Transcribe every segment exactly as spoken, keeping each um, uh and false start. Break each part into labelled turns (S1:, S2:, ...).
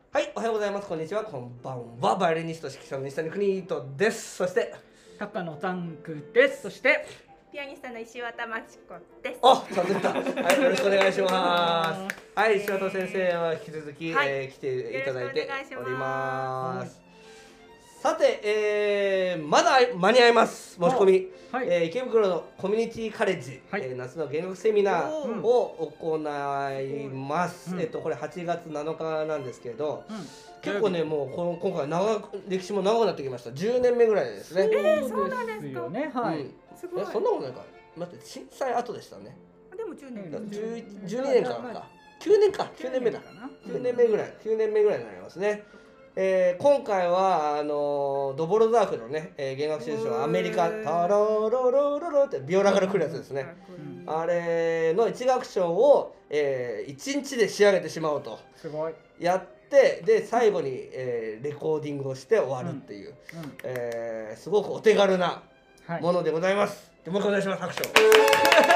S1: はい、おはようございます。こんにちは。こんばんは。バイオリニスト指揮者の西谷邦人です。そして
S2: 高野ザンクです。そして
S3: ピアニストの石渡真知子です。
S1: あ、ちゃんと言った。はい、よろしくお願いします。はい、石渡先生は引き続き、
S3: はい
S1: えー、来ていただいております。
S2: はい
S1: さて、えー、まだ間に合います。申し込み、
S2: はい
S1: えー、池袋のコミュニティカレッジ、
S2: はい
S1: えー、夏の弦楽セミナー
S3: うん
S1: を行います。
S2: うん
S1: えっとこれはちがつなのかなんですけど、
S2: うん
S1: 結構ねもうこの今回長く歴史も長くなってきました。じゅうねんめぐらいですね。
S3: えーそうなんですか
S2: よね。はい。
S1: うん
S3: すごい。
S1: えそんなことないか。待って震災後でしたね。
S3: でもじゅうねん
S2: うん
S3: です。
S1: じゅうじゅうにねんかか。きゅうねんか。きゅうねんめだ。
S2: かな。
S1: きゅうねんめぐらい。きゅうねんめぐらいになりますね。えー、今回はあのードボルザークのね、えー、弦楽新章アメリカタロロロロロってビオラから来るやつですね。あれのいち楽章を、えー、いちにちで仕上げてしまおうと
S2: すごい。
S1: やってで最後に、えー、レコーディングをして終わるっていう、
S2: うん。
S1: えー、すごくお手軽な
S2: はい。
S1: ものでございます。でもう一回お願いします。拍手を。ありがとうござい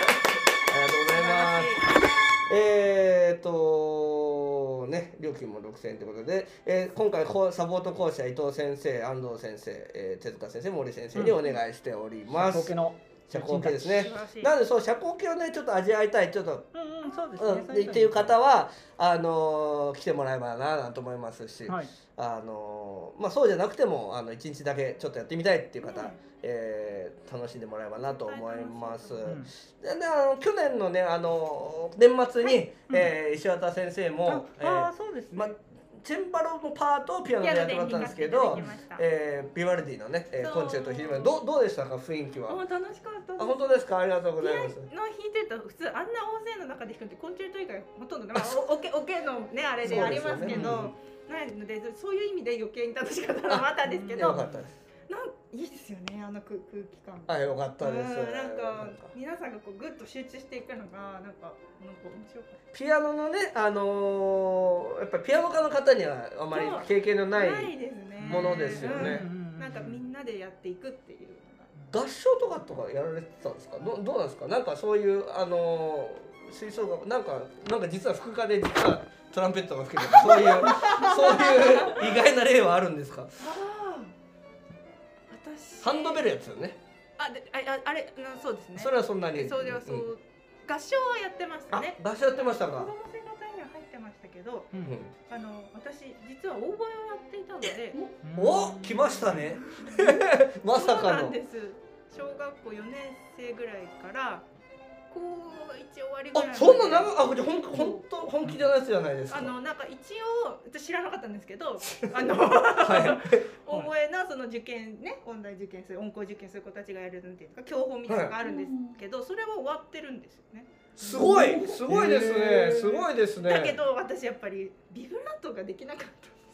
S1: ます。えーとね、料金もろくせんえんということで、えー、今回こうサポート講師は伊藤先生、安藤先生、えー、手塚先生、森先生にお願いしております。
S2: 社交系の
S1: 社交系ですね
S3: 素晴らしい。
S1: なのでそう社交系をねちょっと味わいたいちょっと
S2: うんうんそうです
S1: うん
S2: ね。
S1: でっていう方はあのー来てもらえばななんて思いますし、
S2: はい。
S1: あのーまあそうじゃなくてもあのいちにちだけちょっとやってみたいっていう方、
S3: ね
S1: えー楽しんでもらえばなと思います。
S2: うん
S1: でねあの去年のねあの年末に、えー石渡先生も、えー
S2: ああそうですね。
S1: まチェンバロのパートをピアノでやってもらったんですけど、えービバルディのね、えー
S3: そう
S1: コンチェルト弾いてどうどうでしたか雰囲気は。
S3: あ楽しかったです。
S1: あ本当ですかありがとうご
S3: ピアノ
S1: ざいます。
S3: 弾いてると普通あんな大勢の中で弾くってコンチェルト以外ほとんどね、まあ
S1: あそう
S3: おオケオケのねあれでありますけ
S1: そうですよ
S3: ど、ないのでそういう意味で余計に楽しかったのもあったんですけど、
S1: よかったです。
S3: なんいいですよねあの空空気感。
S1: あよかったです。
S3: うんなんか
S1: なんか
S3: 皆さんがこうグッと集中していくのがなんかなんか面白かった。
S1: ピアノのねあのーやっぱりピアノ科の方にはあまり経験のない
S3: ないですね。
S1: ものですよね
S3: うんなんかみんなでやっていくっていうのが。
S1: 合唱とかとかやられてたんですか。どどうなんですか。なんかそういうあのー吹奏楽なんかなんか実は副科で実はトランペットが吹けてたそういうそういう意外な例はあるんですか。
S3: ああ、私。
S1: ハンドベルやつよね。
S3: あ、で、あ、ああれ、なそうですね。
S1: それはそんなに。
S3: そうではそう、
S1: ん
S3: 合唱はやってました
S1: あ
S3: ね。
S1: 合唱やってましたか。
S3: 子供生の隊には入ってましたけど、
S2: うん
S1: うん
S3: あの私実はオーボエをやっていたので、
S1: お来ましたね。まさ
S3: そう
S1: かの。
S3: なんです。小学校よねん生ぐらいから高一終わりぐらいま
S1: あ
S3: で。
S1: そんな長あこれ本本当本気じゃないやつじゃないですか。
S3: あのなんか一応私知らなかったんですけど、あの
S1: はい。
S3: オーボエのその受験ね、音大受験する音高受験する子たちがやるなんていうか教本みたいなのがあるんですけど、それは終わってるんですよね。
S1: すごいすごいですね。
S2: へー
S1: すごいですね。
S3: だけど私やっぱりビブラートができなか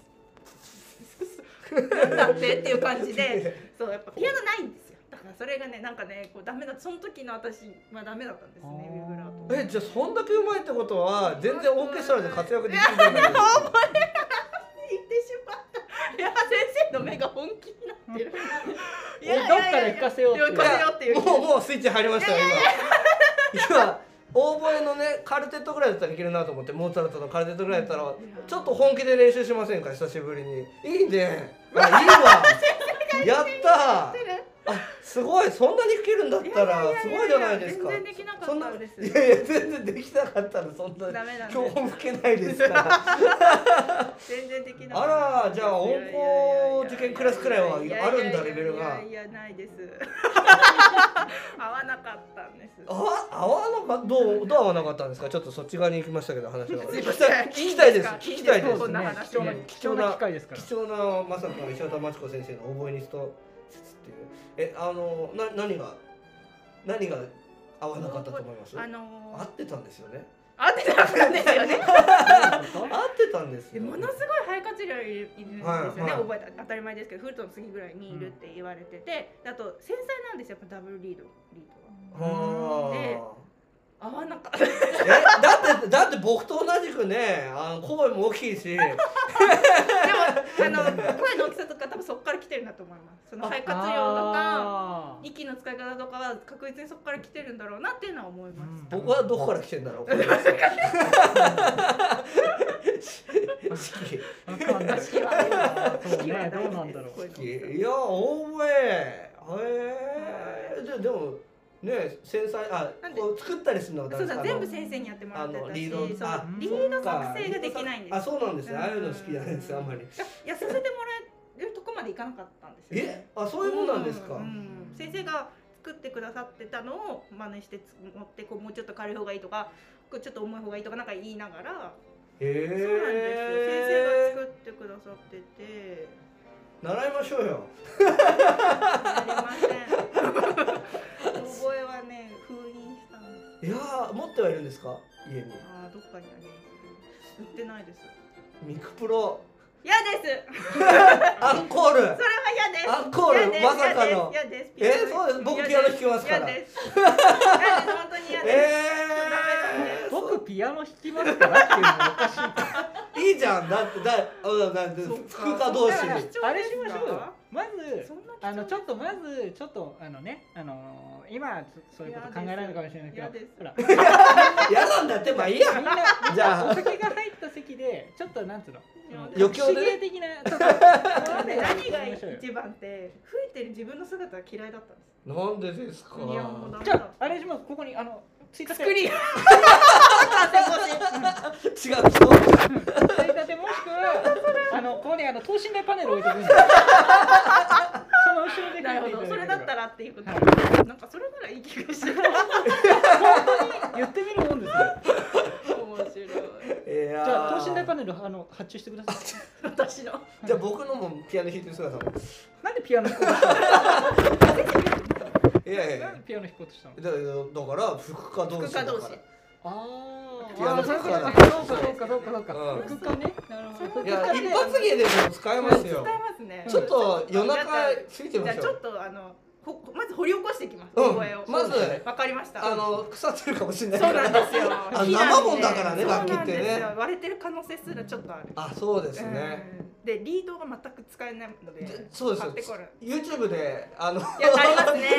S3: ったんです。なんだってっていう感じで、そうやっぱピアノないんですよ。だからそれがねなんかねこうダメだその時の私はダメだったんですねビブラート。
S1: えじゃあそんだけ上手いってことは全然オーケストラで活躍できるじゃないですか。
S3: 言ってしまった。いや先生の目が本気になってる。いやいやいや
S2: どっから行かせようっていう
S3: 行かせようっていう。
S1: もうもうスイッチ入りましたよ今。今オーボエのねカルテットぐらいだったらいけるなと思ってモーツァルトのカルテットぐらいだったらちょっと本気で練習しませんか久しぶりに。いいね。あいいわ。やったー。あすごいそんなに吹けるんだったらすごいじゃないですか。
S3: 全然できなか
S1: そんな
S3: ったんです。
S1: いやいや全然できなかったらそんな
S3: ダメなんです。
S1: 教本吹けないですから。
S3: 全然できなかった。
S1: あらじゃあ音高受験クラスくらいはあるんだレベルが。
S3: いやいやないです。合わなかったんです。
S1: あ合わなかったどうどう合わなかったんですか。ちょっとそっち側に行きましたけど話が。聞
S3: すいま
S1: きた
S3: せん
S1: い聞きたいです聞きたいです。
S3: こんな話
S2: 貴重な貴重な機会ですから。
S1: 貴重なまさか石渡真知子先生のオーボエニスト説っていうえあのな何が何が合わなかったと思います。
S3: あのー、
S1: 合ってたんですよね。
S3: 合ってたんですよね。
S1: 合ってたんですよ。
S3: でものすごい肺活量いるいるんですよね、
S1: はいはい
S3: 覚えた当たり前ですけどフルートの次ぐらいにいるって言われてて、あと繊細なんですよやっぱダブルリードリードは。
S1: はあ
S3: で合わなかった。
S1: えだってだって僕と同じくねあの声も大きいし
S3: でもあの声の大きさとか多分そこから来てるんだと思います。その肺活量とか
S2: あ
S3: 息の使い方とかは確実にそこから来てるんだろうなっていうのは思います。
S2: うん
S1: 僕はどこから来てんだろうこれ
S2: ーわかんない。
S3: 式はね
S2: そうね、どうなんだろう。
S1: いや大声へえででもね繊細あ
S3: なんで
S1: こう作ったりするのが
S3: そうだ、
S1: あの
S3: 全部先生にやってもらってたし、
S1: あのリード
S3: そう
S1: あ
S3: リード作成ができないんですよ。
S1: あそうなんですねああいうの好きじゃないですあんまり
S3: いややさせてもらえるとこまでいかなかったんですよ、ね。
S1: えあそういうもんなんですか、
S3: うんうん先生が作ってくださってたのを真似して持ってこうもうちょっと軽い方がいいとか、こうちょっと重い方がいいとかなんか言いながら、
S1: へえ
S3: そうなんですよ。先生が作ってくださってて、
S1: 習いましょうよ
S3: やりません。覚えはね封印したんです。
S1: いやー持ってはいるんですか家に
S3: ああどっかにあります。売ってないです。
S1: ミクプロ
S3: 嫌です。
S1: アンコール
S3: それは嫌です。
S1: アンコール
S3: 嫌です
S1: まさかの
S3: 嫌です。
S1: えーそうです僕ピアノ弾きますから
S3: 嫌です。嫌です本当に嫌です。
S1: えー
S2: 僕ピアノ弾きますからっていうのもおかしいか
S1: いいじゃんだってだうんだって
S3: そっか
S1: 副科同士に
S2: ら。
S3: 貴重
S2: あれしましょうよ。まず
S3: そんな貴重
S2: あのちょっとまずちょっとあのねあのー、今そそういうこと考えられるかもしれないけど
S3: 嫌です
S2: ほら
S1: 嫌なんだってまあいいや
S2: みんな
S1: じゃあ
S2: お酒が入った席でちょっとなんつうの
S1: 余興でね
S2: 手芸的なちょっと
S3: で何が
S2: やりましょうよ
S3: 一番って吹いてる自分の姿が嫌いだったんです。
S1: なんでですか
S3: いやもうダメ
S2: じゃ
S3: だ
S2: ああれしますここにあのついたて
S3: 作り。
S1: 違う人
S2: ついたてもしくはあのここにあの等身大パネル置いてくるんですよその後ろで
S3: なるほど。それだった
S2: ら
S3: らっていうこと。
S2: は
S3: なんかそれならいい気がして。
S2: 本当に言ってみるもんですね
S3: 面白い。
S1: いやー
S2: じゃあ等身大パネルあの発注してください
S3: 私の。
S1: じゃあ僕のもピアノ弾いてる姿も
S2: なんでピアノ弾こうとしたの
S1: いやいや
S2: なんでピアノ弾こうとしたの
S1: だだから副科同士だから
S3: 副科同士
S2: あ
S1: ピアノ
S2: そうかそうか
S1: だ
S2: そうかそうかそうかそうか
S1: うん
S2: 副科ねなるほど
S1: いや一発芸でも使えますよ
S3: 使えますね。
S1: ちょっと夜中
S3: じゃあ
S1: ついてみましょう
S3: じゃあちょっとあのほまず掘り起こしていきます。
S1: うん
S3: 覚えを。
S1: まず
S3: わかりました。
S1: あの腐ってるかもしれない
S3: そう
S1: から
S3: なんですよ。
S1: あ生もんだからね楽器ってね
S3: そうなんですよ割れてる可能性すらちょっとある。
S1: あそうですね
S3: うんでリードが全く使えないので。
S1: でそうです
S3: 買ってこる。
S1: YouTube であの
S3: いやありますね。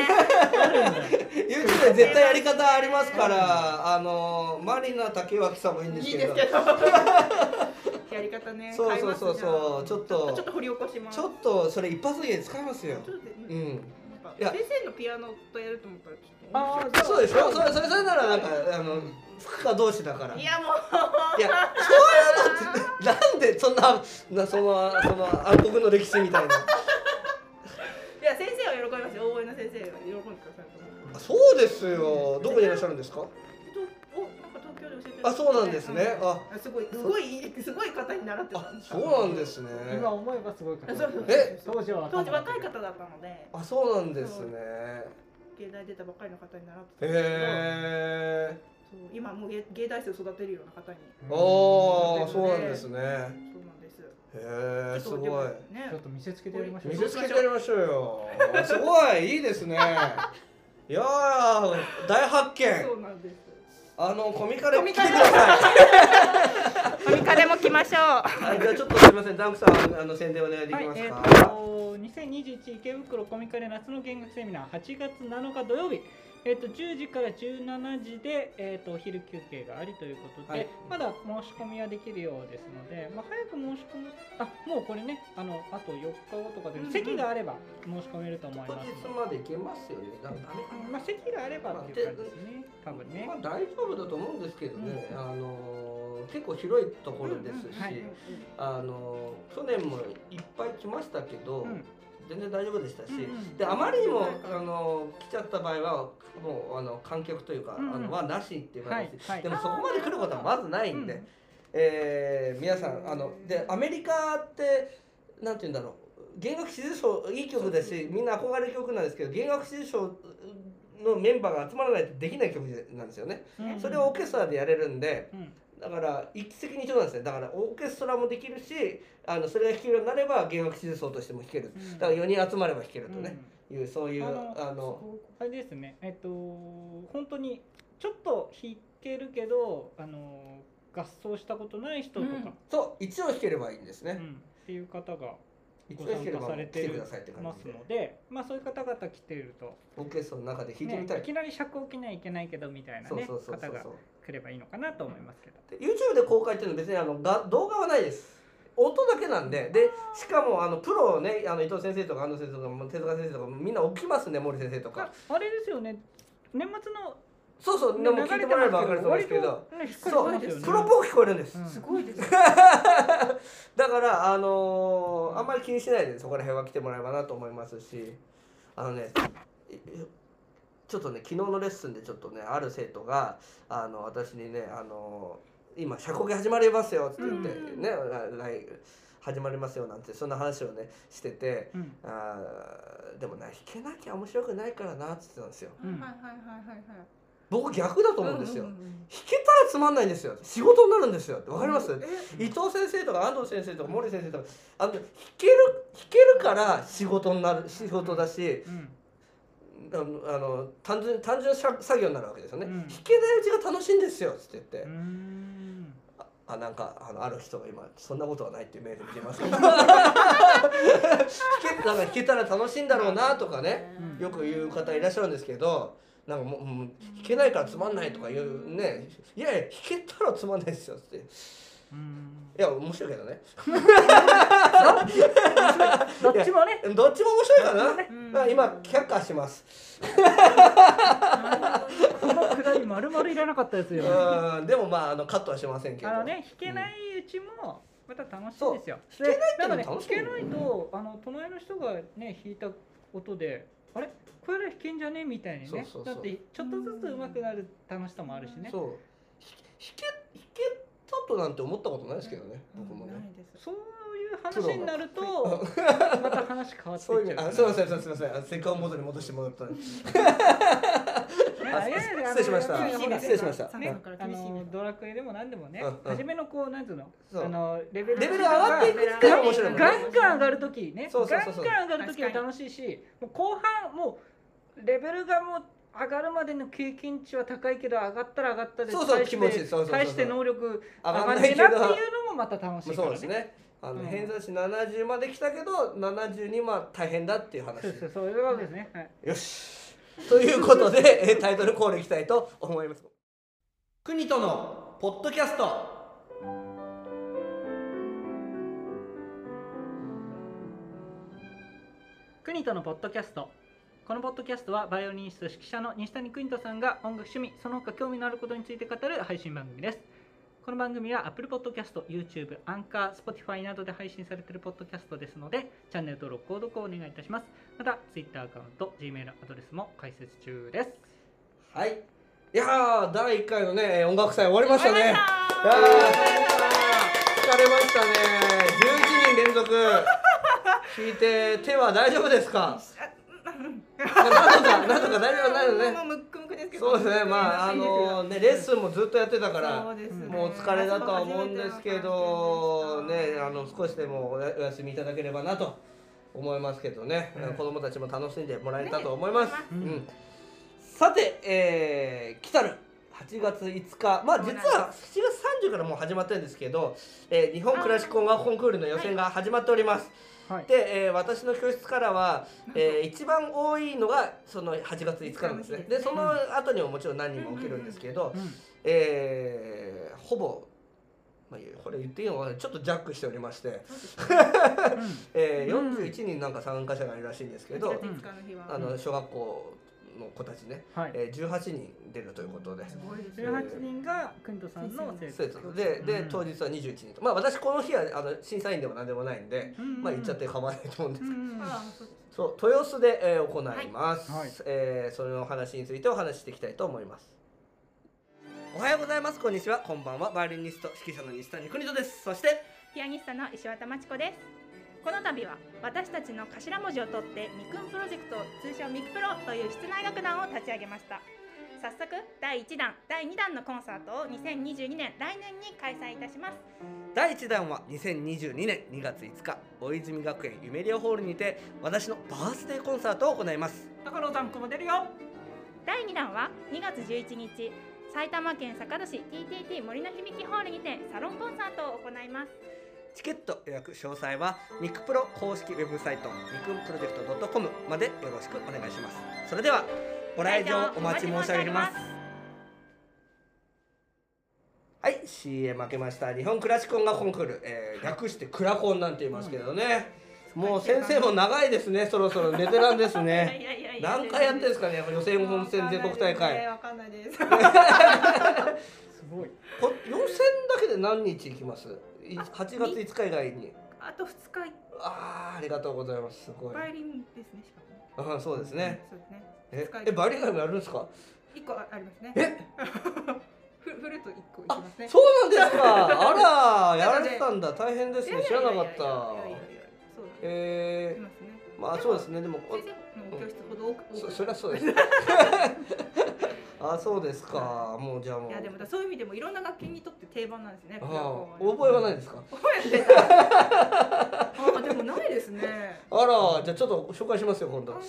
S1: YouTube で絶対やり方ありますからあのマリナ竹脇さんもいいんですけど
S3: いいですけど。やり方ね。
S1: そうそうそうそう
S3: 買います
S1: ちょっと
S3: ちょっと掘り起こします。
S1: ちょっとそれ一発芸で使いますよ
S3: ちょっと
S1: うん
S3: なんか
S1: いや
S3: 先生のピアノとやると思ったらちょっと
S2: あー
S1: そうでしょそれそれそれならなんかあの副科同士だから
S3: いやもう
S1: いやそういうのってなんでそんななそのその暗黒の歴史みたいな
S3: いや先生は喜びますよ。大江の先生は喜んでくださると思う。
S1: あそうですよどこにいらっしゃるんですか
S3: おなんか東京で教えてる。
S1: あそうなんですねあ
S3: あすごいすごいすごい方に習ってた
S1: あ
S3: んです。
S1: そうなんですね
S2: 今思えばすごいか
S3: あそうそう
S1: え
S2: 当時は分か
S3: 当時
S2: んなかった
S3: 若い方だったので
S1: あそうなんですね
S3: 芸大出たばっかりの方に習ってたんですけど、
S1: へえ
S3: そう今もう芸芸大生を育てるような方に。
S1: おーそうなんですね
S3: そうなんです。
S1: へえすごい
S2: ちょ
S3: ね
S2: っと見せつけてやりましょう
S1: 見せつけてやりましょうよすごいいいですねいやー大発見
S3: そうなんです。
S1: あのコミカレ
S3: コミカレ
S1: 来てください
S3: コミカレも来ましょう。
S1: はいじゃあちょっとすみませんダンクさんあの宣伝お願いでき
S2: はい、
S1: ますか、
S2: えー、とにせんにじゅういち池袋コミカレ夏の見学セミナーはちがつなのか土曜日、えー、とじゅうじからじゅうしちじで、えー、とお昼休憩がありということで、
S1: はい
S2: まだ申し込みはできるようですので、まあ、早く申し込むあもうこれねあのあとよっかごとかで、
S3: うんうん
S2: 席があれば申し込めると思い
S1: 当
S2: ます
S1: 日まで行けますよねだからダメかな
S2: まあ、席があればっていう感じですね多分ね、
S1: まあ大丈夫だと思うんですけどね、あの結構広いところですし、
S2: はい
S1: あの去年もいっぱい来ましたけど、
S2: うん
S1: 全然大丈夫でしたし、
S2: うんうん
S1: であまりにもあの来ちゃった場合はもうあの観客というか、
S2: うんうん
S1: あのはなしっていう感じです、
S2: はいはい
S1: でもそこまで来ることはまずないんで、
S2: うん
S1: えー皆さんあのでアメリカってなんて言うんだろう弦楽四重奏いい曲ですしみんな憧れる曲なんですけど弦楽四重奏のメンバーが集まらないとできない曲なんですよね、
S2: うん
S1: それをオーケストラでやれるんで
S2: うん
S1: だから一石二鳥なんですねだからオーケストラもできるしあのそれが弾けるようになれば弦楽四重奏としても弾ける
S2: うん
S1: だからよにん集まれば弾けるとね、
S2: うん
S1: いうそういう
S2: あの
S1: あの
S2: あれですねえっと本当にちょっと弾けるけどあの合奏したことない人とか、
S3: うん
S1: そう一応弾ければいいんですね、
S2: うんっていう方が
S1: 一応弾ければ
S2: ご参加されてる
S1: 来てくださいって感
S2: ます
S1: じで
S2: ので、まあそういう方々来ていると、
S1: オーケストラの中で弾いて
S2: ね、
S1: みたい、
S2: いきなり尺置きないといけないけどみたいなね
S1: そうそうそうそう
S2: 方が来ればいいのかなと思いますけど。
S1: で YouTube で公開っていうのは別にあのが動画はないです。音だけなんで、でしかもあのプロね、あの伊藤先生とか安藤先生とか手塚先生とかみんな起きますね、森先生とか。
S2: ああれですよね、年末の
S1: そうそう、でも聞いてもらえれば分かると思うんですけど、
S2: ね、しっかり
S1: そう
S2: してますよね
S1: プロっぽく聞こえるんです。
S2: うん
S3: すごいですね。
S1: だからあのーあんまり気にしないでそこら辺は来てもらえばなと思いますし、あのね。ちょっとね昨日のレッスンでちょっとねある生徒があの私にねあの今社交始まりますよって言って
S3: うん
S1: ね、来始まりますよなんてそんな話をねしてて、
S2: うん
S1: あーでもね弾けなきゃ面白くないからなって言ってたんですよ。
S2: うん
S3: はいはいはいはいはい。
S1: 僕逆だと思うんですよ。
S3: うんうんうん
S1: 弾けたらつまんないんですよ。仕事になるんですよ。わかります？
S3: え
S1: 伊藤先生とか安藤先生とか森先生とかあの弾ける弾けるから仕事になる仕事だし。
S2: うん
S1: あのあの単純単純作作業になるわけですよね、
S2: うん
S1: 弾けないうちが楽しいんですよって言って
S2: うー、ん
S1: ああなんかあのある人が今そんなことはないっていうメール見てますけど弾けなんか弾けたら楽しいんだろうなとかね、
S2: うん
S1: よく言う方いらっしゃるんですけど、なんかもう、もう弾けないからつまんないとか言うね、いやいや弾けたらつまんないですよって、いう
S2: ーん
S1: や面白いけどね
S2: どっちもね
S1: どっちも面白いかな、
S3: うん
S1: まあ今却下します
S2: このくだり丸々いらなかったですよ。
S1: うんでもまああのカットはしませんけど
S2: あのね、弾けないうちもまた楽しいですよ。
S1: そう弾けないってのも
S2: で
S1: 楽しい
S2: なんかね、弾けないとあの隣の人がね弾いた音で、あれこれで弾けんじゃねみたいにね。
S1: そうそうそう
S2: だってちょっとずつ上手くなる楽しさもあるしね。
S1: そう弾け弾けたとなんて思ったことないですけどね、僕もね。
S3: ないです。
S2: そういう話になるとまた話変わって
S1: そういう意味、
S2: いっちゃう。
S1: あ、すみません、すみません、あせっかく元に戻してもらったのに。あ
S2: いやいや
S1: 失礼しました
S2: あのやっぱりほら
S1: 失礼しました
S2: ね
S3: さっきから
S2: あ
S3: 厳しいね
S2: のドラクエでも何でもね、
S1: うんうん
S2: 初めのこうなんつうの、
S1: そう
S2: あのレベル
S1: レベル上がっていくってのが面白いもんね。
S2: ガンガン上がるときね、
S1: そうそうそうそう
S2: ガンガン上がるときは楽しいし、もう後半もうレベルがもう上がるまでの経験値は高いけど上がったら上がったで
S1: そうそう
S2: 大して
S1: 気持ちいいそうそうそうそう
S2: 大して能力上が
S1: 上がん
S2: んねえなっていう
S1: ないけど
S2: のもまた楽しいか
S1: そう
S2: らね。
S1: ですね。あの
S2: うん
S1: 偏差値ななじゅうまで来たけど、ななじゅうには大変だっていう話。
S2: そうそうそういうわけですね。はい。
S1: よし。ということで、えタイトルコールいきたいと思います。国とのポッドキャスト。
S2: 国とのポッドキャスト。このポッドキャストはバイオリニスト指揮者の西谷邦人さんが音楽趣味その他興味のあることについて語る配信番組です。この番組は Apple Podcast、YouTube、Anchor、Spotify などで配信されているポッドキャストですので、チャンネル登録、購読をお願いいたします。また Twitter アカウント、Gmail アドレスも開設中です。
S1: はい。いやー、だいいっかいのね、音楽祭終わりましたね。いやー、疲れましたね。じゅういちにん連続弾いて手は大丈夫ですか？なんとかなんとか大丈夫ないのね。
S3: もうむっくむくですけど。
S1: そうですね。まああのねレッスンもずっとやってたから
S3: そうですね
S1: もうお疲れだとは思うんですけどね、あの少しでもお休みいただければなと思いますけどね。
S2: うん
S1: 子供たちも楽しんでもらえたと思います。
S3: ね
S2: うん
S1: うんさて、えー、来たるはちがついつか、まあ実はしちがつさんじゅうからもう始まってるんですけど、えー、日本クラシック音楽コンクールの予選が始まっております。
S2: はい。
S1: で、えー私の教室からは、えー一番多いのがそのはちがついつかなんですね。で、その後にももちろん何人も起きるんですけど、
S2: うん
S1: えーほぼ、まあ、これ言っていいのかな、ちょっとジャックしておりまして、えー、よんじゅういちにんなんか参加者がいるらしいんですけど、
S3: はちがついつかの日は。
S1: あの小学校の子たちね、
S2: はい。
S1: えー、じゅうはちにん出るということで。
S3: すごいです
S2: じゅうはちにんがくんとさんの生
S1: そう
S2: 徒。
S1: ですでで、
S2: うん
S1: 当日はにじゅういちにんと、まあ私この日はあの審査員でも何でもないんで、
S2: うん
S1: まあ言っちゃって構わないと思うんですけど、
S2: うん
S3: あそう
S1: そう豊洲で、えー行います、
S2: はいはい
S1: えーその話についてお話ししていきたいと思います。おはようございます、こんにちは、こんばんは。バイオリニスト指揮者の西谷邦人です。そして
S3: ピアニストの石渡真知子です。この度は私たちの頭文字を取ってミクンプロジェクト、通称ミクプロという室内楽団を立ち上げました。早速だいいちだんだいにだんのコンサートをにせんにじゅうにねん来年に開催いたします。
S1: だいいちだんはにせんにじゅうにねんにがついつか大泉学園ゆめりおホールにて私のバースデーコンサートを行います。
S2: 高野さんこも出るよ。
S3: だいにだんはにがつじゅういちにち埼玉県坂戸市 ティーティーティー 森の響きホールにてサロンコンサートを行います。
S1: チケット予約詳細はミクプロ公式ウェブサイトミクプロジェクト ドットコム までよろしくお願いします。それではご来場お待ち申し上げます。はい、シーエム 明けました日本クラシック音楽コンクール、えー、略してクラコンなんて言いますけどね、うん、もう先生も長いですね。そろそろベテランですね。何回やってるんですかね、予選本戦全国大会。
S3: わかんないです。
S2: すごい。
S1: こ予選だけで何日行きます？はちがついつか以外に。
S3: あとふつか。
S1: ああ、ありがとうございます。すごい。
S3: バイオリンですね、しかも。
S1: ああ、そうですね。
S3: そうですね。
S1: え、えバイオリン以外もやるんですか？
S3: 一個ありますね。
S1: え？
S3: フルート一個いきますね。
S1: そうなんですか。あら、やられてたんだ。大変ですね。知らなかった。ええ、まあそうですね。でも
S3: 先生の教室ほど多く。
S1: そそりゃそうです。あ、そうですか。もうじゃあもう。
S3: いやでもそういう意味でもいろんな楽器にとって定番なんですね。
S1: ああ、覚えはないですか？
S3: 覚えてた。あ、でもないですね。
S1: あら、じゃあちょっと紹介しますよ今度。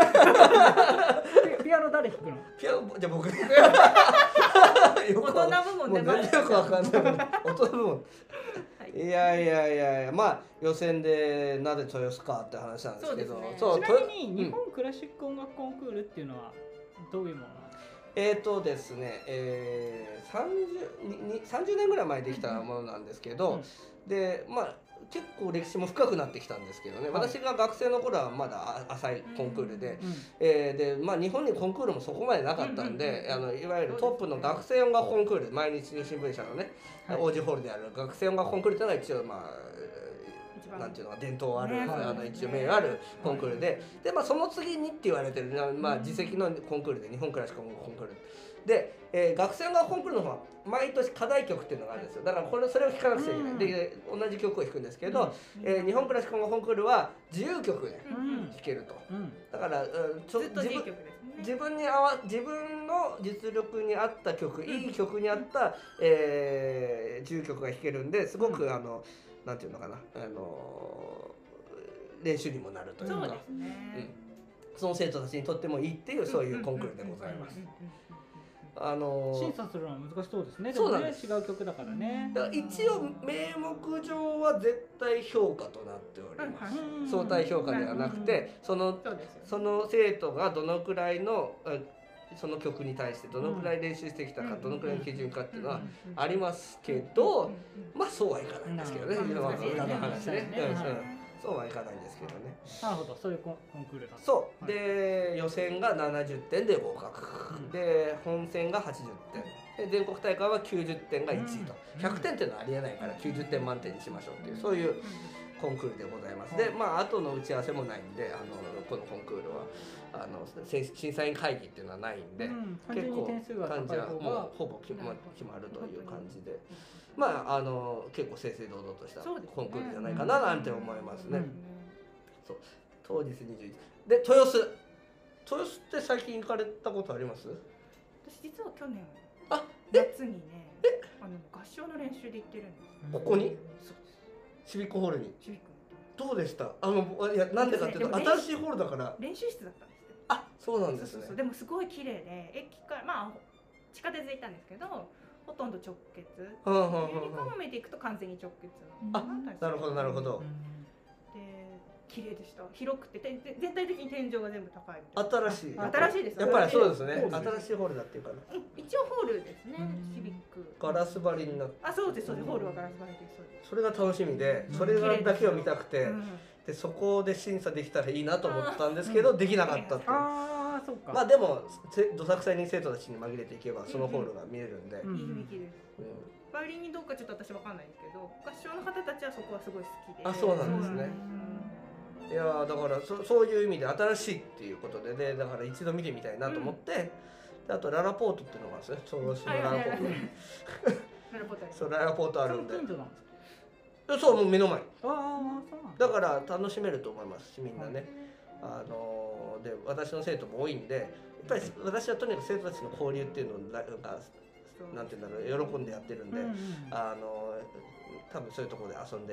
S2: ピアノ誰弾くの？
S1: ピアノじゃあ僕。
S3: 大人部門で
S1: もう全然よくわかんない。大人部門。いやいやいやいや、まあ予選でなぜ豊洲かって話なんですけど、
S2: そう、ちなみに日本クラシック音楽コンクールっていうのはどういうものなんですか？
S1: えーとですね、えー、さんじゅう、さんじゅうねんぐらい前できたものなんですけど、うん、でまあ結構歴史も深くなってきたんですけどね、はい、私が学生の頃はまだ浅いコンクールで、うん、えー、でまあ、日本にコンクールもそこまでなかったんで、あのいわゆるトップの学生音楽コンクール、毎日新聞社のね、はい、オージーホールである学生音楽コンクールというのが一応まあなんていうのか伝統ある、ね、あの一応名誉あるコンクールで、でまあその次にって言われてる、まあ、自責のコンクールで日本クラシック音楽コンクールで、えー、学生音楽コンクールの方は毎年課題曲っていうのがあるんですよ。だからこれそれを弾かなくちゃいけない、うん、で同じ曲を弾くんですけど、うん、えー、日本クラシック音楽コンクールは自由曲で弾けると、うん、だから、うん、ちょ自分自分に合わ自分の実力に合った曲、いい曲に合った、えー、自由曲が弾けるんですごくあのなんていうのかな、あのー、練習にもなるというか、そうですね、うん、その生徒たちにとってもいいっていうそういうコンクールでございます。あのー、
S2: 審査するのは難しそうですね。そうなんです。違う曲だからね。
S1: だから一応名目上は絶対評価となっております。相対評価ではなくて、そのその生徒がどのくらいのその曲に対してどのくらい練習してきたか、どのくらいの基準かっていうのはありますけど、まあそうはいかないんですけどね。裏の話ね。そうはいかないんですけどね。
S2: なるほど、そういうコンクールだ。
S1: そう。で、予選がななじゅってんで合格。で、本戦がはちじゅってん。で、全国大会はきゅうじゅってんがいちいと。ひゃくてんっていうのはありえないからきゅうじゅってん満点にしましょうっていう、そういうコンクールでございます。で、まあ後の打ち合わせもないんで、あのこのコンクールはあの審査員会議っていうのはないんで、うん、結構感じはもうほぼ決ま決まるという感じで、まああの結構正々堂々としたコンクールじゃないかななんて思いますね。そう、当日にじゅういちで豊洲豊洲って最近行かれたことあります？
S3: 私実は去年
S1: あ
S3: 夏にね、あの合唱の練習で行ってるんです。
S1: ここに？そうです。シビックホールに。シビック。どうでした？あのいやなんでかっていうと新しいホールだから
S3: 練習室だったんですよ。
S1: あ、そうなんですね。
S3: そうそうそう、でもすごい綺麗で、駅からまあ地下鉄で行ったんですけど、ほとんど直結。ユニフォームで行くと完全に直結。
S1: あ、なるほどなるほど。
S3: で、綺麗でした。広くて全体的に天井が全部高い。
S1: 新しい。
S3: 新しいです。
S1: やっぱりそうですね。新しいホールだっていうかな。
S3: 一応ホールですね。シビック。
S1: ガラス張りになって。
S3: あ、そうですそうです。ホールはガラス張りです。
S1: それが楽しみで、それだけを見たくて。でそこで審査できたらいいなと思ったんですけど、できなかったって。
S2: ああ、そうか。
S1: まあでもどさくさに生徒たちに紛れていけばそのホールが見えるんで。いい
S3: 雰囲気です。バイオリンにどうかちょっと私わかんないんですけど、合唱の方たちはそこはすごい好きで。
S1: あ、そうなんですね。いやだからそそういう意味で新しいっていうことでね、だから一度見てみたいなと思って、あとララポートっていうのがあるんですね。銚子のララポート。
S3: ララポート。
S1: そう、ララポートあるんで。
S2: 近所なんですか？
S1: そう、もう目の前。
S2: ああ、そうなん
S1: だから楽しめると思いますし、みんなね。あので私の生徒も多いんで、やっぱり私はとにかく生徒たちの交流っていうのをなんかなんていうんだろう、喜んでやってるんで、あの多分そういうところで遊んで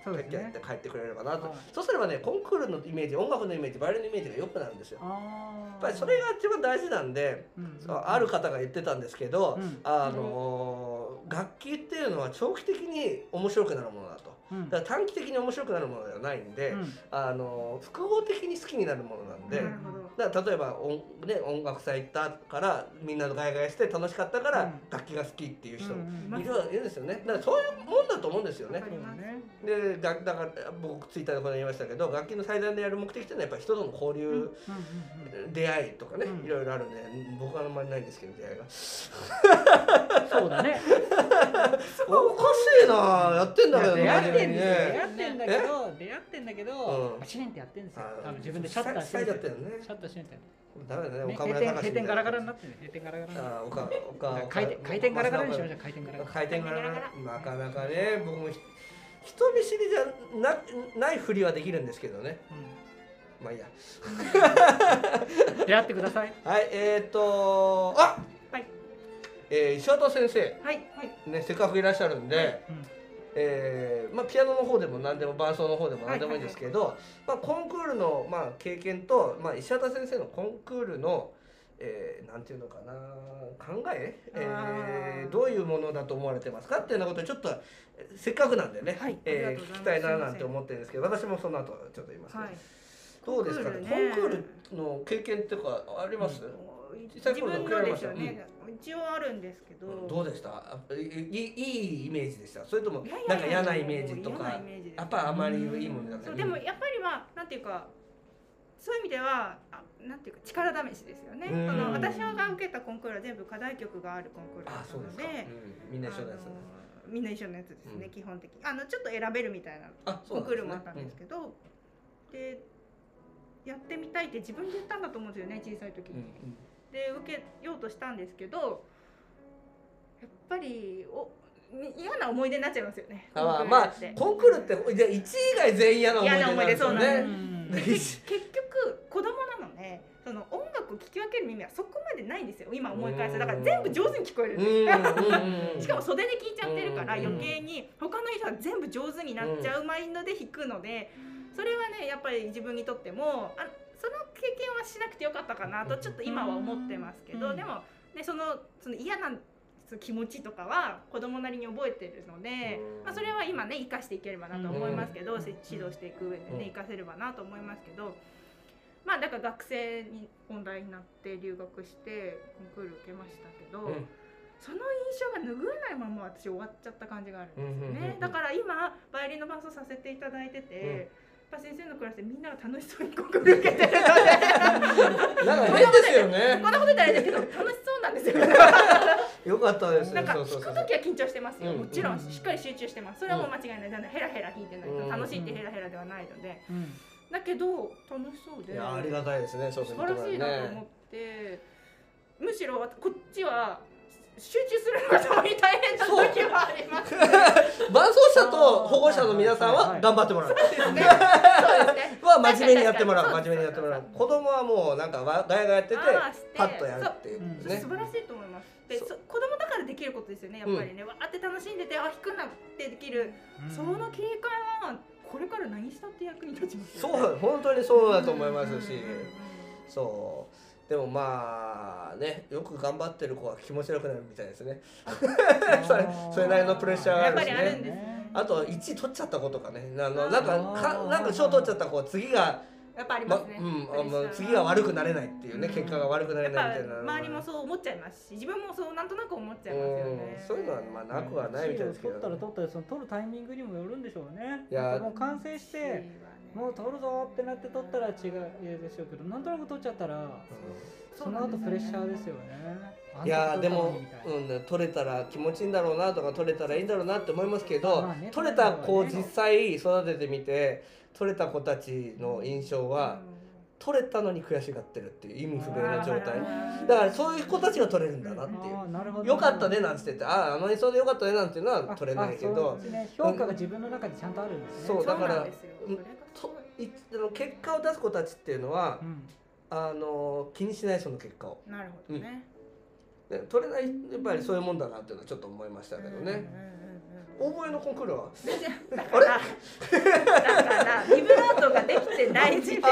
S2: そうですね
S1: やって帰ってくれればなと、
S2: はい
S1: そうすればねコンクールのイメージ音楽のイメージバイオリンのイメージが良くなるんですよ。や
S2: あ
S1: っぱりそれが一番大事なんで、
S2: うん
S1: そうある方が言ってたんですけど、
S2: うん
S1: あのー楽器っていうのは長期的に面白くなるものだと。
S2: うん
S1: だから短期的に面白くなるものではないんで、
S2: うん
S1: あのー複合的に好きになるものなんで、
S3: なるほど。
S1: だから例えば音、ね、音楽祭行ったからみんなとガヤガヤして楽しかったから
S2: うん
S1: 楽器が好きっていう人
S2: うんうん
S1: いるいるんですよね。だからそういうもんだと思うんですよね
S3: わか。ります
S2: ね
S1: でだだから僕ツイッターでこれ言いましたけど楽器の最大でやる目的っていうのはやっぱり人との交流、
S2: うんうんうん
S1: 出会いとかね、
S2: うん
S1: いろいろあるんで僕はあんまりないんですけど出会いが
S2: そうだね
S1: おかしいなやってんだけど
S2: 出会ってん
S1: に
S2: ですよ出
S1: ね
S2: 会ってんだけど出会ってんだけど
S1: うん
S2: パチンってやってんですよ
S1: あ
S2: 多分自分でシャッター
S1: 下下やってるね
S2: シャッター閉めて
S1: ダメだね
S2: ね
S1: 岡村
S2: 閉店
S1: 隆史
S2: 閉店ガラガラになってる閉店ガラガラになって
S1: ああ岡岡
S2: る回転回転ガラガラにしましょう回転ガラガラ
S1: 回転ガラガラなかなかね僕もひ人見知りじゃなないふりはできるんですけどねまあいいや
S2: うん出会ってください
S1: はいえー、っとあ
S3: はい
S1: えー、石渡先生
S3: はいはい。
S1: ねせっかくいらっしゃるんで、
S2: うん
S1: えーまあ、ピアノの方でも何でも伴奏の方でも何でもいいんですけど、まあ、コンクールの、まあ、経験と、まあ、石畑先生のコンクールの、えー、なんていうのかな考ええー、どういうものだと思われてますかっていうようなことをちょっとせっかくなんでね、
S3: はい
S1: えー
S3: ありがとうございます
S1: 聞きたいななんて思ってるんですけど私もその後ちょっと言いますけど、
S3: はい。
S1: どうですかねコンクールの経験っていうかあります、小さい
S3: 自
S1: 頃
S3: 分のですよね。一応あるんですけど。
S1: どうでしたあいいいいイメージでしたそれとも
S3: いやい
S1: なんか
S3: やいや
S1: 嫌なイメージと
S3: 嫌
S1: か
S3: なイメージです
S1: やっぱあまりいいものじゃない
S3: そうでもやっぱりまあなんていうかそういう意味ではあなんていうか力試しですよね。そ
S1: うん
S3: の私が受けたコンクールは全部課題曲があるコンクールだった
S1: あそうですか、
S3: ので、
S1: うん、みんな一緒のやつ
S3: あのみんな一緒のやつですね、
S1: うん
S3: 基本的にあのちょっと選べるみたいな
S1: あそ
S3: コンクール
S1: うなんですね
S3: もあったんですけど、でやってみたいって自分で言ったんだと思うんですよね小さい時に。
S1: うん
S3: で受けようとしたんですけどやっぱりお嫌な思い出になっちゃいますよね。
S1: あまあ、まあ、コンクールってじゃあいちい以外全員嫌な思い出なんですよ
S3: 嫌な思い出そうなん
S1: ね。
S2: うん
S3: で結結局子供なのでその音楽を聴き分ける耳はそこまでないんですよ今思い返すとだから全部上手に聞こえるん
S1: うん
S3: です
S1: うん
S3: しかも袖で聴いちゃってるから
S1: うん
S3: 余計に他の人は全部上手になっちゃうマインドで弾くのでそれはねやっぱり自分にとってもあその経験はしなくてよかったかなとちょっと今は思ってますけど、
S2: うん
S3: でも、ね、そのその嫌なその気持ちとかは子供なりに覚えてるので、
S1: うん
S3: まあ、それは今ね生かしていければなと思いますけど、
S2: うん
S3: 指導していく上で
S1: うん
S3: ね生かせればなと思いますけど、まあだから学生に音大になって留学してコンクール受けましたけど、
S1: うん
S3: その印象が拭えないまま私終わっちゃった感じがあるんですよね、
S1: うんうんうんうん
S3: だから今バイオリンの伴奏させていただいてて、やっぱ先生のクラスでみんなが楽しそうにコンクール受けてるので
S1: なんか変ですよね
S3: こんなこと言ったらあれだけど楽しそうなんですよ
S1: よかったです
S3: なんか
S1: そうそうそう
S3: 弾く時は緊張してますよ、
S1: うん
S3: もちろん
S2: うん
S3: しっかり集中してますそれはもう間違いないだからヘラヘラ弾いてないと
S1: うん
S3: 楽しいってヘラヘラではないので
S2: うん
S3: だけど楽しそうで
S1: いやありがたいですねそう
S3: 素
S1: いうことが
S3: 晴らしいなと思
S1: ね
S3: ってむしろこっちは集中するのがたまに大変な時はありますね
S1: 伴奏者と保護者の皆さんは頑張ってもらう
S3: そうですねそうですね
S1: は真面目にやってもらう
S3: 確かに
S1: 真面目にやってもらう子供はもうなんかわガヤガヤやってて
S3: あーして
S1: パッとやるっていう
S2: そう
S1: ね
S3: 素晴らしいと思いますで
S1: そう
S3: そ子供だからできることですよねやっぱりね、わーって楽しんでてあ弾くんだってできる、その切り替えはこれから何したって役に立ちますよね
S1: そう本当にそうだと思いますし
S3: うんうんうんうん
S1: そうでもまあねよく頑張ってる子は気持ち悪くなるみたいですねそれそれなりのプレッシャーがあるし
S3: やっぱりあるん
S1: ね
S3: ですね
S1: あといち取っちゃった子とかねあの
S3: あー
S1: なんかかなんか賞取っちゃった子は次が
S3: やっぱあり
S1: ま
S3: ますね、
S1: うんあ
S3: プレッシャー
S1: まあ次は悪くなれないっていうね
S3: うん
S1: 結果が悪くなれ
S3: やっぱ
S1: ないみたいな
S3: 周りもそう思っちゃいますし自分もそうなんとなく思っちゃいますよね
S1: うんそういうのはまあなくはないみたいですけど
S2: 取ったら取ったらその取るタイミングにもよるんでしょうね
S1: いや
S2: なんかもう完成してもう取るぞってなって取ったら違うでしょうけどなんとなく取っちゃったらその後プレッシャーですよね
S1: いやーでも、
S2: みたいな
S1: うん、取れたら気持ちいいんだろうなとか取れたらいいんだろうなって思いますけど、
S2: まあね
S1: 取れた子を実際育ててみて取れた子たちの印象は、取れたのに悔しがってるっていう意味不明な状態だからそういう子たちが取れるんだなっていう
S2: あーなるほど
S1: よかったねなんつっててあああの演奏でよかったねなんていうのは取れないけ
S2: ああ
S1: ど
S2: そうですね、評価が自分の中でちゃんとあるんですね
S1: そうだから
S3: そうなんですよそれがすごい
S1: といあの結果を出す子たちっていうのは
S2: うん
S1: あの気にしないその結果を
S3: なるほどね、
S1: で取れないやっぱりそういうもんだなっていうのはちょっと思いましたけどね。オーボエのコンクールは
S3: 全然だから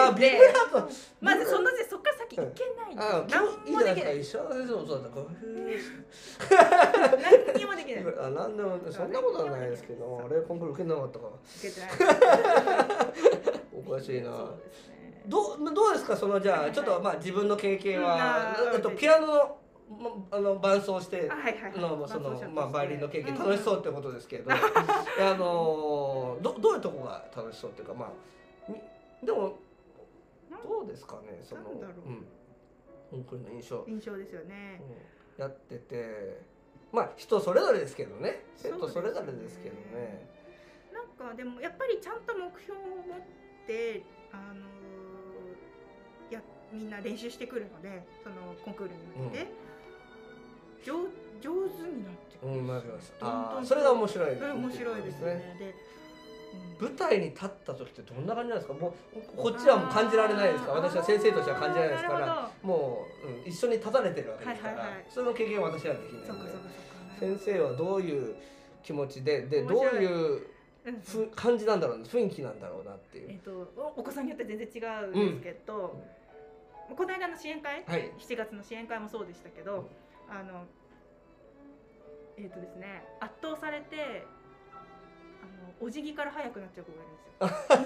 S3: 点で
S1: ビブラート
S3: まずその時そっから先行けないんです
S1: あ
S3: よ。何
S1: いいじゃない
S3: もできない。
S1: ですか。石原先生もそうだったからふー
S3: 何にもできない。
S1: あなんでもそんなことはないですけど、あれコンクール受けなかったから
S3: 受けてない。
S1: おかしいな。
S3: そうですね。
S1: どうどうですかそのじゃあちょっとまあ自分の経験は
S3: うんあー
S1: あとピアノのまあの伴奏して
S3: あはいはいはい。
S1: のそのまあバイオリンの経験
S3: うん
S1: 楽しそうってことですけど、あのどどういうとこが楽しそうっていうかまあみでもどうですかねその
S3: なんだろう
S1: うんコンクールの印象、
S3: 印象ですよね。
S1: うんやっててまあ人それぞれですけどね生徒
S3: そうですね
S1: それぞれですけどね。
S3: なんかでもやっぱりちゃんと目標を持ってあのーやみんな練習してくるのでそのコンクールに向けて、上上手になってくる。
S1: うん、なります。
S3: どんどん
S1: あーそれが面白い。
S3: それ面白いですね。で、うん
S1: 舞台に立った時ってどんな感じなんですか。もうこっちはもう感じられないですから。私は先生としては感じられないですから。
S3: あーなるほ
S1: もう、うん、一緒に立たれてるわけですから。
S3: はいはいはい
S1: その経験は私はできないので
S3: どそうかそう。かそうか。
S1: 先生はどういう気持ちで、でどう
S3: 面白い
S1: いう
S3: うん
S1: ふ感じなんだろう、雰囲気なんだろうなっていう。
S3: えっとおお子さんによって全然違うんですけど、この間の支援会、
S1: はい。
S3: しちがつの支援会もそうでしたけど、あのえっ、とですね圧倒されてあのお辞儀から早くなっちゃう子がいるんですよ。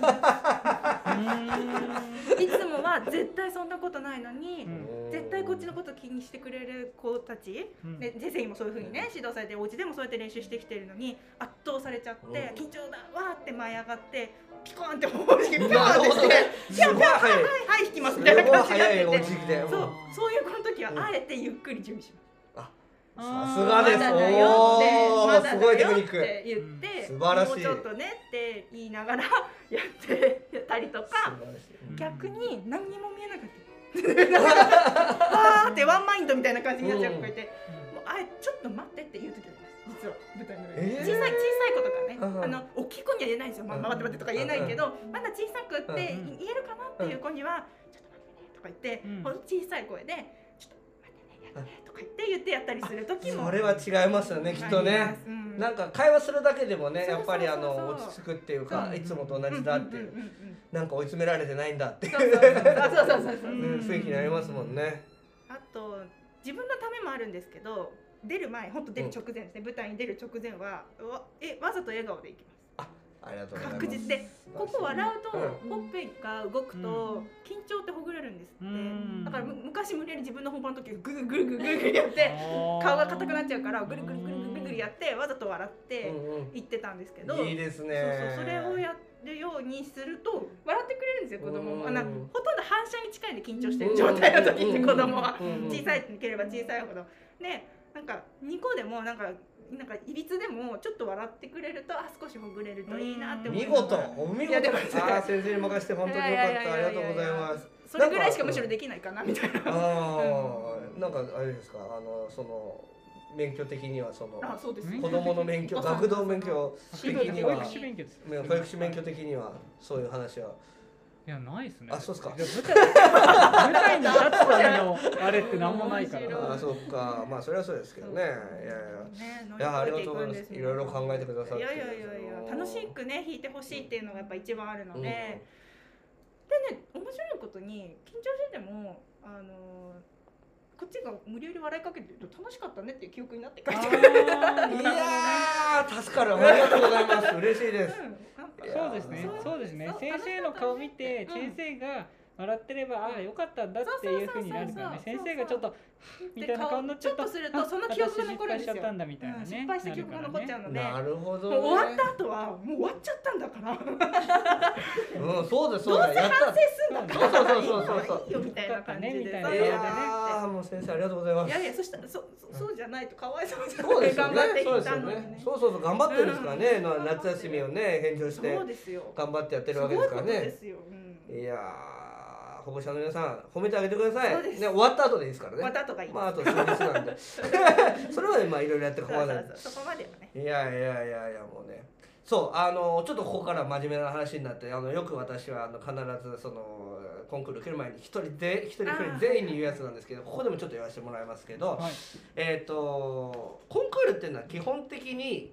S3: いつもは絶対そんなことないのに、
S2: うん
S3: 絶対こっちのこと気にしてくれる子たち、
S2: うん
S3: で先生にもそういう風にね指導されてお家でもそうやって練習してきてるのに圧倒されちゃって、
S1: うん
S3: 緊張だわーって舞い上がってピコーンってお辞儀ピョーン
S1: なるほど
S3: ってして
S1: すごい早い。
S3: はいはい引きます
S1: す
S3: みたいな
S1: ごい
S3: 感じになっ
S1: 早いお
S3: てて、
S1: 辞儀で。
S3: そうそういう子の時はあえてゆっくり準備します。
S1: さすがです。
S3: まだだよって
S1: おー
S3: まだだよ
S1: すごいテクニック。
S3: って言って、
S1: 素晴らしい
S3: もうちょっとねって言いながらやってたりとか、
S1: 素晴らしい
S3: 逆に何にも見えなかったわーってワンマインドみたいな感じになっちゃう子がいて、もうあえちょっと待ってって言う時あります実は舞台の上で、
S1: えー
S3: 小さい小さい子とかね、
S1: うん
S3: あの大きい子には言えないんですよ、まあ、
S1: うん
S3: 待って待ってとか言えないけど、まだ小さくって
S2: うん
S3: 言えるかなっていう子にはちょっと待ってねとか言って、
S2: うん
S3: ほんと小さい声でちょっと待ってねやってねとか言って言ってやったりする時も
S1: それは違いますよねきっとね。
S3: うん
S1: なんか会話するだけでもね
S3: そう
S1: やっぱりあ
S3: そうそうそう
S1: の落ち着くっていうか
S3: うん
S1: いつもと同じだっていう
S3: うんうんうんうん
S1: なんか追い詰められてないんだっていう
S3: そうそうそうそうそうそうそう
S1: うん雰囲気になりますもんね。
S3: あと自分のためもあるんですけど出る前本当出る直前ですね、舞台に出る直前はわえわざと笑顔でいきます
S1: ありがとうございます。
S3: 確実でここ笑うと、
S1: うん
S3: ほっぺが動くと、緊張ってほぐれるんですって、
S2: うん
S3: だからむ昔無理やり自分の本番の時ぐるぐるぐるぐるぐるやって顔が硬くなっちゃうからぐるぐるぐるぐるぐるやってわざと笑って
S1: うんうん
S3: 言ってたんですけど、
S1: いいですね。
S3: そうそうそれをやるようにすると笑ってくれるんですよ子供も。あの
S1: うん
S3: ほとんど反射に近いんで緊張してる状態の時って子供は
S1: うん
S3: 小さいければ小さいほどでなんかにこでもなんかなんかいびつでもちょっと笑ってくれるとあ少しほぐれるといいなって思い
S1: 見
S3: ながら
S1: 事お見
S3: いやでも
S1: 事です。あー先生に任せて本当によかった。ありがとうございます。
S3: それぐらいしかむしろできないかなみたいな。
S1: ああなんかあれですかあのその免許的にはその
S3: あそうです
S1: 子供の免許学童免許的には
S2: 保育士免許です。
S1: 保育士免許的にはそういう話は。
S2: いやないですね。
S1: あそうっすか
S2: いや舞台舞台に立つためのあれってなんもないから。
S3: 面白い
S1: ああそうかまあそれはそうですけどね。いやいや。
S3: ね
S1: いやありがとうございますいろいろ考えてくださって
S3: いやいやいやいや楽しくね弾いてほしいっていうのがやっぱ一番あるので、
S1: うん
S3: でね面白いことに緊張しててもあのこっちが無理やり笑いかけてると楽しかったねっていう記憶になって帰ってくる。
S1: いやー助かるありがとうございます嬉しいです。
S3: うんなんか
S2: そうですね
S3: そう。
S2: そうですね
S3: そう。
S2: 先生の顔見て
S3: うん
S2: 先生が笑ってればああよかったんだっていう風になるからね。先
S3: そうそうそうそう
S2: 生がちょっとみたいな顔になっちゃうと
S3: ちょっとするとその記憶が残るんですよ。
S2: 私失敗しちゃったんだみたいなね。
S3: うん失敗した記憶が残っちゃうので、
S1: なるほど、ね。
S3: もう終わった後はもう終わっちゃったんだから。
S1: うんそうですそうだやった。
S3: 反省すんだから
S1: そうそうそうそうそう
S3: いいよみたいな感じで。
S2: よかったねみたいな
S1: い
S3: そうそう
S1: やーもう先生ありがとうございます。
S3: いやいやそしたらそそそうじゃないとかわいそうじゃない。
S1: そうですよね
S3: 頑張ってい
S1: そうですよ
S3: ったのに
S1: ね。そうそうそう頑張ってるんですからね、
S3: うん
S1: 夏休みをね返上して
S3: そうですよ。
S1: 頑張ってやってる
S3: すごいこと
S1: わけですからね。
S3: ですよ。うん
S1: いやー保護者の皆さん褒めてあげてください。
S3: そうです
S1: ね終わった後でいいですからね。
S3: また後がいい。
S1: まああと数日なんでそれはねまあいろいろやって構わない。
S3: そうそうそうそこまではね。
S1: いやいやいやいやもうねそうあのちょっとここから真面目な話になってあのよく私はあの必ずそのコンクール受ける前に一人で一人一人全員に言うやつなんですけどここでもちょっと言わせてもらいますけど、
S2: はい。
S1: えっ、とコンクールっていうのは基本的に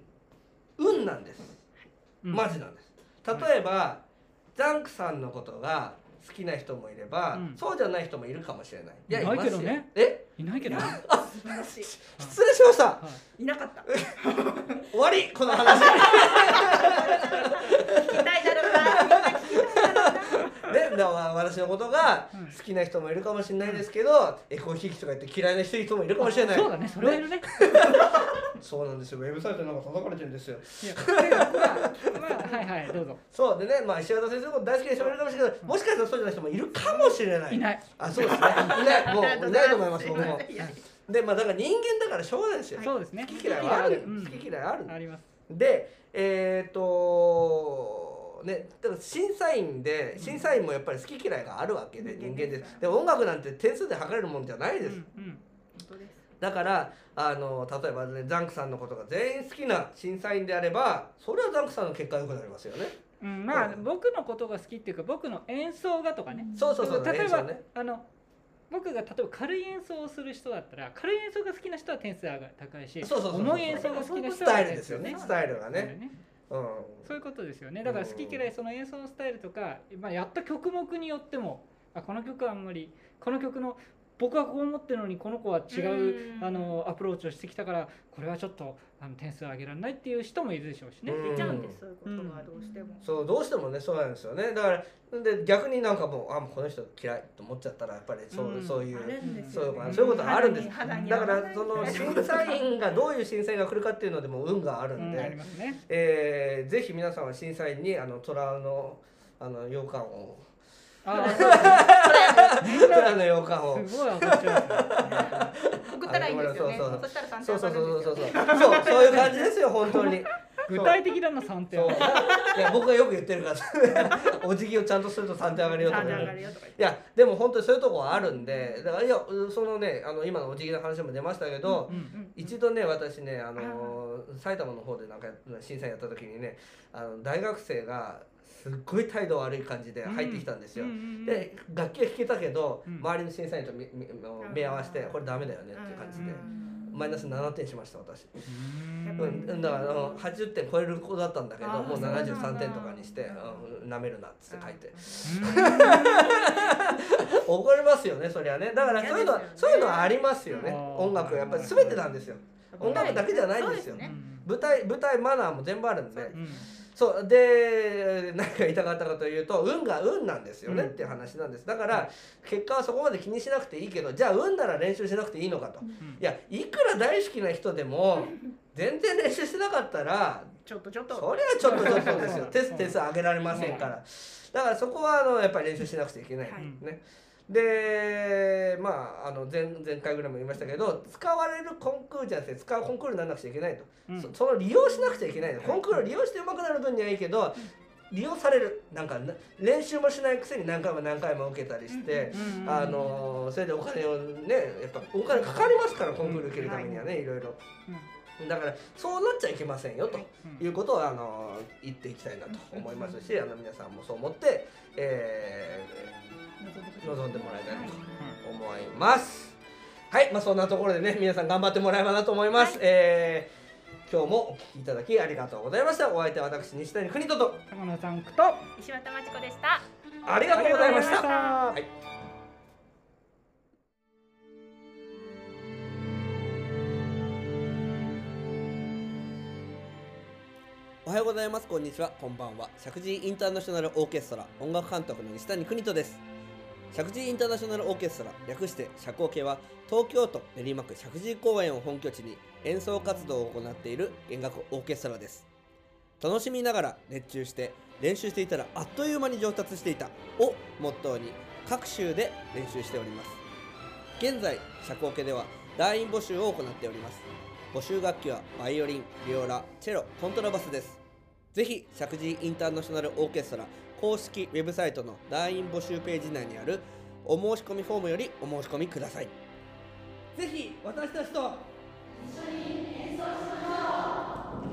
S1: 運なんです、
S2: うん
S1: マジなんです。例えば、ザンクさんのことが好きな人もいれば、
S2: うん、
S1: そうじゃない人もいるかもしれない。
S2: いやいないけどね。
S1: え
S2: いないけどね。
S3: あ素晴らしい。
S1: 失礼しました、
S2: はい、
S3: いなかった。
S1: 終わりこの話
S3: 聞きたいだろうな。みんな聞きたいだろうな。
S1: ね、だから私のことが好きな人もいるかもしれないですけど、エコひいきとか言って嫌いな人もいるかもしれない。
S2: そうだね、それはいるね。
S1: そうなんですよ、ウェブサイトなんか叩かれてるんですよ。
S2: いや、まあ、まあ、はいはい、どうぞ。
S1: そうでね、まあ石渡先生のこと大好きな人もいるかもしれないけど、もしかしたらそうじゃない人もいるかもしれない。
S2: いない。
S1: あ、そうですね。いない、もういないと思います、僕も。
S3: いや
S1: で、まあだから人間だからしょうがないですよ。
S2: そうですね。
S1: 好き嫌いはある。
S2: うん
S1: 好き嫌いある。
S2: あります。
S1: で、えっとね、だから審査員で審査員もやっぱり好き嫌いがあるわけで、人間です。で音楽なんて点数で測れるもんじゃないです。
S2: うんうん、
S3: 本当です。
S1: だからあの例えばね、ザンクさんのことが全員好きな審査員であれば、それはザンクさんの結果良くなりますよね。
S2: うん、まあ、
S1: うん、
S2: 僕のことが好きっていうか、僕の演奏がとかね。
S1: そうそうそう、
S2: 例えば、
S1: 演奏ね、
S2: あの僕が例えば軽い演奏をする人だったら、軽い演奏が好きな人は点数が高いし、
S1: そうそうそうそう、
S2: 重い演奏が好きな人は
S1: スタイルですよね、スタイルがね。
S2: ね、
S1: うん、
S2: そういうことですよね。だから好き嫌い、その演奏のスタイルとか、まあ、やった曲目によっても、あ、この曲はあんまり、この曲の僕はこう思ってるのにこの子は違う、あのアプローチをしてきたから、これはちょっとあの点数を上げられないっていう人もいるでしょうしね。
S3: 出ちゃうんです、そういうことがどうしても。
S1: そう、どうしてもね、そうなんですよね。だからで逆になんかもう、あ、もうこの人嫌いと思っちゃったら、やっぱりそう、うん、そういう、そういうそういうことがあるんです。だからその審査員がどういう審査員が来るかっていうのでも運があるんで、うん、ね、えー、ぜひ皆さんは審査員にあのトラのあの羊羹を。ああ、そうトラの羊羹を。すごい上がっちゃう。送ったらいいんですよね。そしたらさんてん上がるんですよね。そうそうそうそうそう。そう、そういう感じですよ、本当に。
S2: 具体的だな、さんてん。
S1: いや、僕がよく言ってるからお辞儀をちゃんとするとさんてん上がるよとか、ね、いやでも本当にそういうとこはあるんで、だからいやそのね、あの今のお辞儀の話も出ましたけど、うんうん、一度ね、私ね、あの埼玉の方でなんか審査やった時にね、あの大学生がすっごい態度悪い感じで入ってきたんですよ。で楽器は弾けたけど、うん、周りの審査員と目目合わせて、これダメだよねっていう感じで。マイナスななてんしました、私。うん、だからあのはちじゅってん超える子だったんだけど、もうななじゅうさんてんとかにして「なめるな」っつって書いて怒りますよね、そりゃね。だからそういうのは、そういうのはありますよね。音楽やっぱり全てなんですよ。音楽だけじゃないんですよ。舞台舞台マナーも全部あるんで。そうで、何が言いたかったかというと、運が運なんですよねっていう話なんです。だから結果はそこまで気にしなくていいけど、じゃあ運なら練習しなくていいのかと。いや、いくら大好きな人でも全然練習してなかったら
S3: ちょっとちょっと
S1: それはちょっとちょっとですよ。テスト点数上げられませんから。だからそこはあのやっぱり練習しなくちゃいけないね。で、まあ、あの 前, 前回ぐらいも言いましたけど、使われるコンクールじゃなくて使うコンクールにならなくちゃいけないと、うん、そ, その利用しなくちゃいけないの。コンクールを利用して上手くなる分にはいいけど、利用される、なんか練習もしないくせに何回も何回も受けたりして、あのそれでお金をね、やっぱお金かかりますから、コンクール受けるためにはね、いろいろ。だからそうなっちゃいけませんよということをあの言っていきたいなと思いますし、あの皆さんもそう思って、えー、望んでもらいたいなと思います。はい、まあそんなところでね、皆さん頑張ってもらえばなと思います。はい、えー、今日もお聞きいただきありがとうございました。お相手は私西谷邦人と
S2: 高野さんと
S3: 石渡真知子でした。
S1: ありがとうございました。はい、おはようございます。こんにちは。こんばんは。石神井インターナショナルオーケストラ音楽監督の西谷邦人です。石神井インターナショナルオーケストラ、略して社交系は、東京都練馬区石神井公園を本拠地に演奏活動を行っている弦楽オーケストラです。楽しみながら熱中して練習していたらあっという間に上達していたをモットーに各州で練習しております。現在社交系では団員募集を行っております。募集楽器はバイオリン、ビオラ、チェロ、コントラバスです。ぜひ石神井インターナショナルオーケストラ公式ウェブサイトの団員募集ページ内にあるお申し込みフォームよりお申し込みください。ぜひ私たちと一緒に演奏しましょう。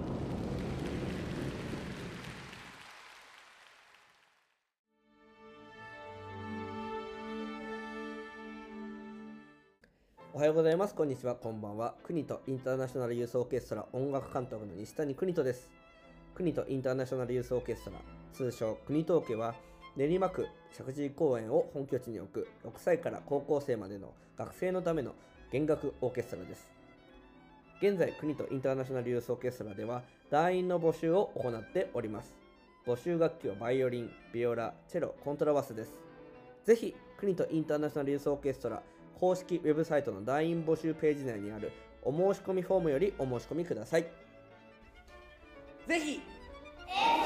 S1: おはようございます。こんにちは。こんばんは。国とインターナショナルユースオーケストラ音楽監督の西谷邦人です。国とインターナショナルユースオーケストラ、通称国東家は、 練馬区石神井公園を本拠地に置くろくさいから高校生までの学生のための弦楽オーケストラです。現在、国とインターナショナルユースオーケストラでは団員の募集を行っております。募集楽器はバイオリン、ビオラ、チェロ、コントラバスです。ぜひ、国とインターナショナルユースオーケストラ公式ウェブサイトの団員募集ページ内にあるお申し込みフォームよりお申し込みください。ぜひ